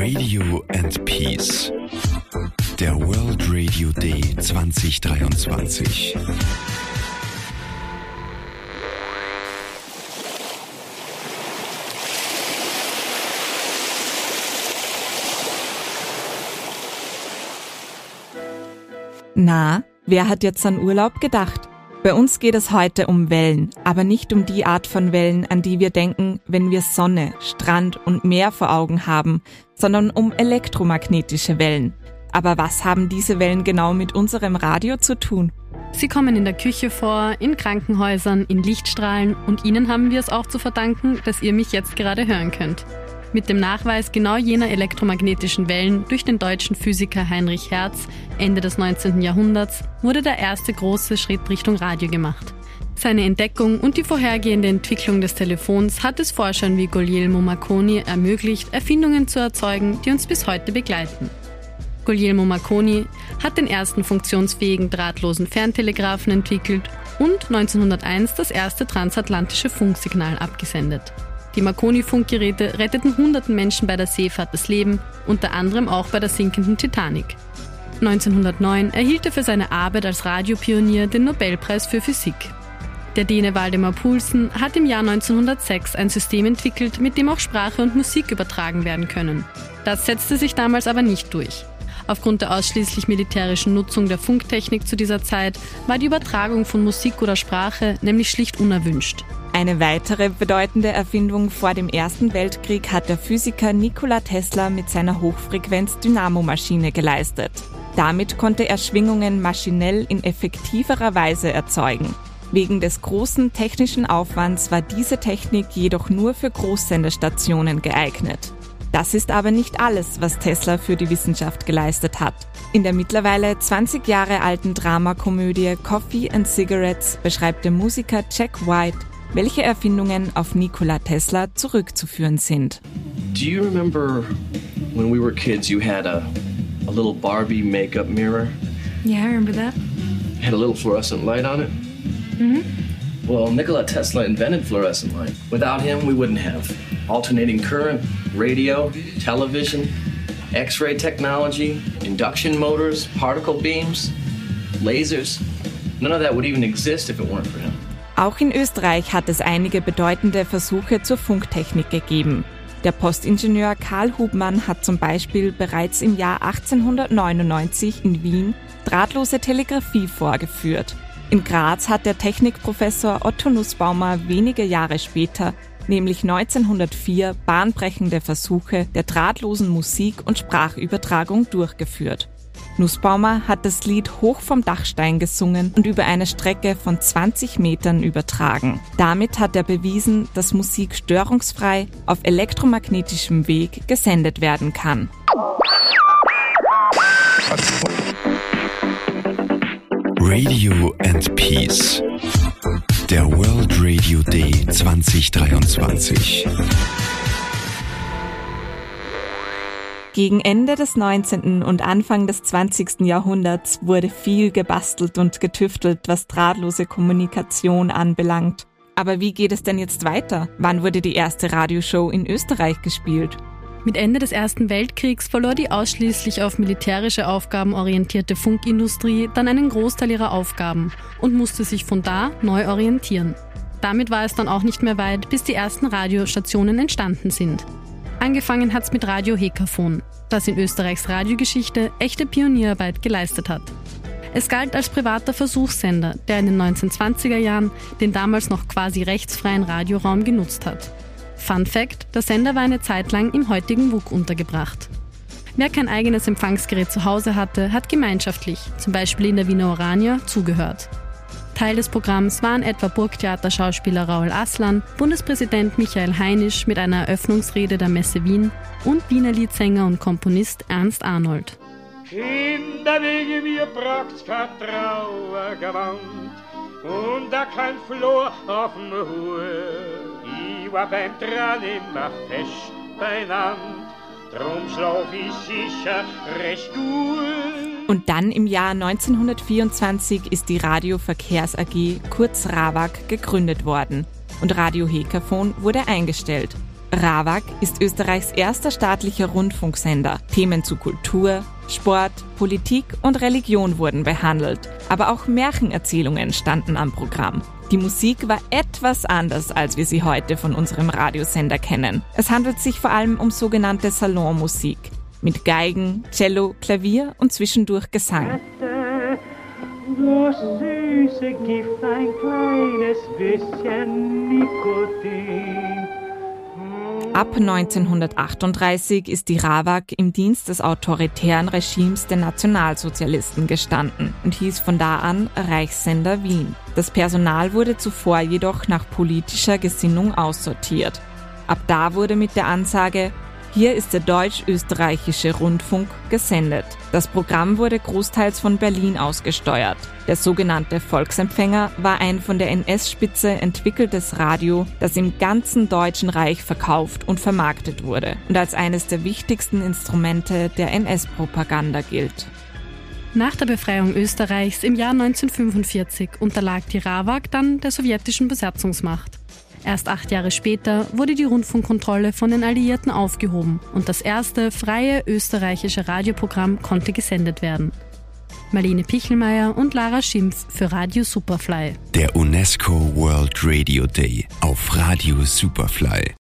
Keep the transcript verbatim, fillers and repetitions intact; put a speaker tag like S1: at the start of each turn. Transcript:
S1: Radio and Peace. Der World Radio Day zwanzig dreiundzwanzig.
S2: Na, wer hat jetzt an Urlaub gedacht? Bei uns geht es heute um Wellen, aber nicht um die Art von Wellen, an die wir denken, wenn wir Sonne, Strand und Meer vor Augen haben, sondern um elektromagnetische Wellen. Aber was haben diese Wellen genau mit unserem Radio zu tun?
S3: Sie kommen in der Küche vor, in Krankenhäusern, in Lichtstrahlen und Ihnen haben wir es auch zu verdanken, dass ihr mich jetzt gerade hören könnt. Mit dem Nachweis genau jener elektromagnetischen Wellen durch den deutschen Physiker Heinrich Hertz Ende des neunzehnten Jahrhunderts wurde der erste große Schritt Richtung Radio gemacht. Seine Entdeckung und die vorhergehende Entwicklung des Telefons hat es Forschern wie Guglielmo Marconi ermöglicht, Erfindungen zu erzeugen, die uns bis heute begleiten. Guglielmo Marconi hat den ersten funktionsfähigen drahtlosen Ferntelegraphen entwickelt und neunzehnhunderteins das erste transatlantische Funksignal abgesendet. Die Marconi-Funkgeräte retteten hunderten Menschen bei der Seefahrt das Leben, unter anderem auch bei der sinkenden Titanic. neunzehnhundertneun erhielt er für seine Arbeit als Radiopionier den Nobelpreis für Physik. Der Däne Valdemar Poulsen hat im Jahr neunzehnhundertsechs ein System entwickelt, mit dem auch Sprache und Musik übertragen werden können. Das setzte sich damals aber nicht durch. Aufgrund der ausschließlich militärischen Nutzung der Funktechnik zu dieser Zeit war die Übertragung von Musik oder Sprache nämlich schlicht unerwünscht.
S2: Eine weitere bedeutende Erfindung vor dem Ersten Weltkrieg hat der Physiker Nikola Tesla mit seiner Hochfrequenz-Dynamomaschine geleistet. Damit konnte er Schwingungen maschinell in effektiverer Weise erzeugen. Wegen des großen technischen Aufwands war diese Technik jedoch nur für Großsendestationen geeignet. Das ist aber nicht alles, was Tesla für die Wissenschaft geleistet hat. In der mittlerweile zwanzig Jahre alten Dramakomödie Coffee and Cigarettes beschreibt der Musiker Jack White, welche Erfindungen auf Nikola Tesla zurückzuführen sind.
S4: Do you remember when we were kids you had a, a little Barbie makeup mirror?
S5: Yeah, I remember that.
S4: Had a little fluorescent light on it?
S5: Mm-hmm.
S4: Well, Nikola Tesla invented fluorescent light. Without him, we wouldn't have alternating current, radio, television, X-ray technology, induction motors, particle beams, lasers. None of that would even exist if it weren't for him.
S2: Auch in Österreich hat es einige bedeutende Versuche zur Funktechnik gegeben. Der Postingenieur Karl Hubmann hat zum Beispiel bereits im Jahr achtzehnhundertneunundneunzig in Wien drahtlose Telegrafie vorgeführt. In Graz hat der Technikprofessor Otto Nussbaumer wenige Jahre später, nämlich neunzehnhundertvier, bahnbrechende Versuche der drahtlosen Musik- und Sprachübertragung durchgeführt. Nussbaumer hat das Lied Hoch vom Dachstein gesungen und über eine Strecke von zwanzig Metern übertragen. Damit hat er bewiesen, dass Musik störungsfrei auf elektromagnetischem Weg gesendet werden kann.
S1: Radio and Peace. Der World Radio Day zwanzig dreiundzwanzig.
S2: Gegen Ende des neunzehnten und Anfang des zwanzigsten Jahrhunderts wurde viel gebastelt und getüftelt, was drahtlose Kommunikation anbelangt. Aber wie geht es denn jetzt weiter? Wann wurde die erste Radioshow in Österreich gespielt?
S3: Mit Ende des Ersten Weltkriegs verlor die ausschließlich auf militärische Aufgaben orientierte Funkindustrie dann einen Großteil ihrer Aufgaben und musste sich von da neu orientieren. Damit war es dann auch nicht mehr weit, bis die ersten Radiostationen entstanden sind. Angefangen hat's mit Radio Hekafon, das in Österreichs Radiogeschichte echte Pionierarbeit geleistet hat. Es galt als privater Versuchssender, der in den neunzehnhundertzwanziger Jahren den damals noch quasi rechtsfreien Radioraum genutzt hat. Fun Fact: Der Sender war eine Zeit lang im heutigen W U K untergebracht. Wer kein eigenes Empfangsgerät zu Hause hatte, hat gemeinschaftlich, zum Beispiel in der Wiener Orania, zugehört. Teil des Programms waren etwa Burgtheaterschauspieler Raoul Aslan, Bundespräsident Michael Heinisch mit einer Eröffnungsrede der Messe Wien und Wiener Liedsänger und Komponist Ernst Arnold.
S6: Kinder, wegen mir braucht's kein Trauergewand und da kein Flor auf dem Hut. Ich war beim Tran immer fest beieinander, drum schlaf ich sicher recht gut.
S2: Und dann im Jahr neunzehnhundertvierundzwanzig ist die Radio-Verkehrs A G, kurz RAVAG, gegründet worden und Radio Hekafon wurde eingestellt. Rawag ist Österreichs erster staatlicher Rundfunksender. Themen zu Kultur, Sport, Politik und Religion wurden behandelt, aber auch Märchenerzählungen standen am Programm. Die Musik war etwas anders, als wir sie heute von unserem Radiosender kennen. Es handelt sich vor allem um sogenannte Salonmusik mit Geigen, Cello, Klavier und zwischendurch Gesang.
S6: Das süße Gift, ein kleines bisschen Nikotin.
S2: Ab neunzehnhundertachtunddreißig ist die Rawag im Dienst des autoritären Regimes der Nationalsozialisten gestanden und hieß von da an Reichssender Wien. Das Personal wurde zuvor jedoch nach politischer Gesinnung aussortiert. Ab da wurde mit der Ansage: Hier ist der deutsch-österreichische Rundfunk gesendet. Das Programm wurde großteils von Berlin ausgesteuert. Der sogenannte Volksempfänger war ein von der N S-Spitze entwickeltes Radio, das im ganzen Deutschen Reich verkauft und vermarktet wurde und als eines der wichtigsten Instrumente der N S-Propaganda gilt.
S3: Nach der Befreiung Österreichs im Jahr neunzehnhundertfünfundvierzig unterlag die Rawag dann der sowjetischen Besatzungsmacht. Erst acht Jahre später wurde die Rundfunkkontrolle von den Alliierten aufgehoben und das erste freie österreichische Radioprogramm konnte gesendet werden. Marlene Pichelmeier und Lara Schimpf für Radio Superfly.
S1: Der UNESCO World Radio Day auf Radio Superfly.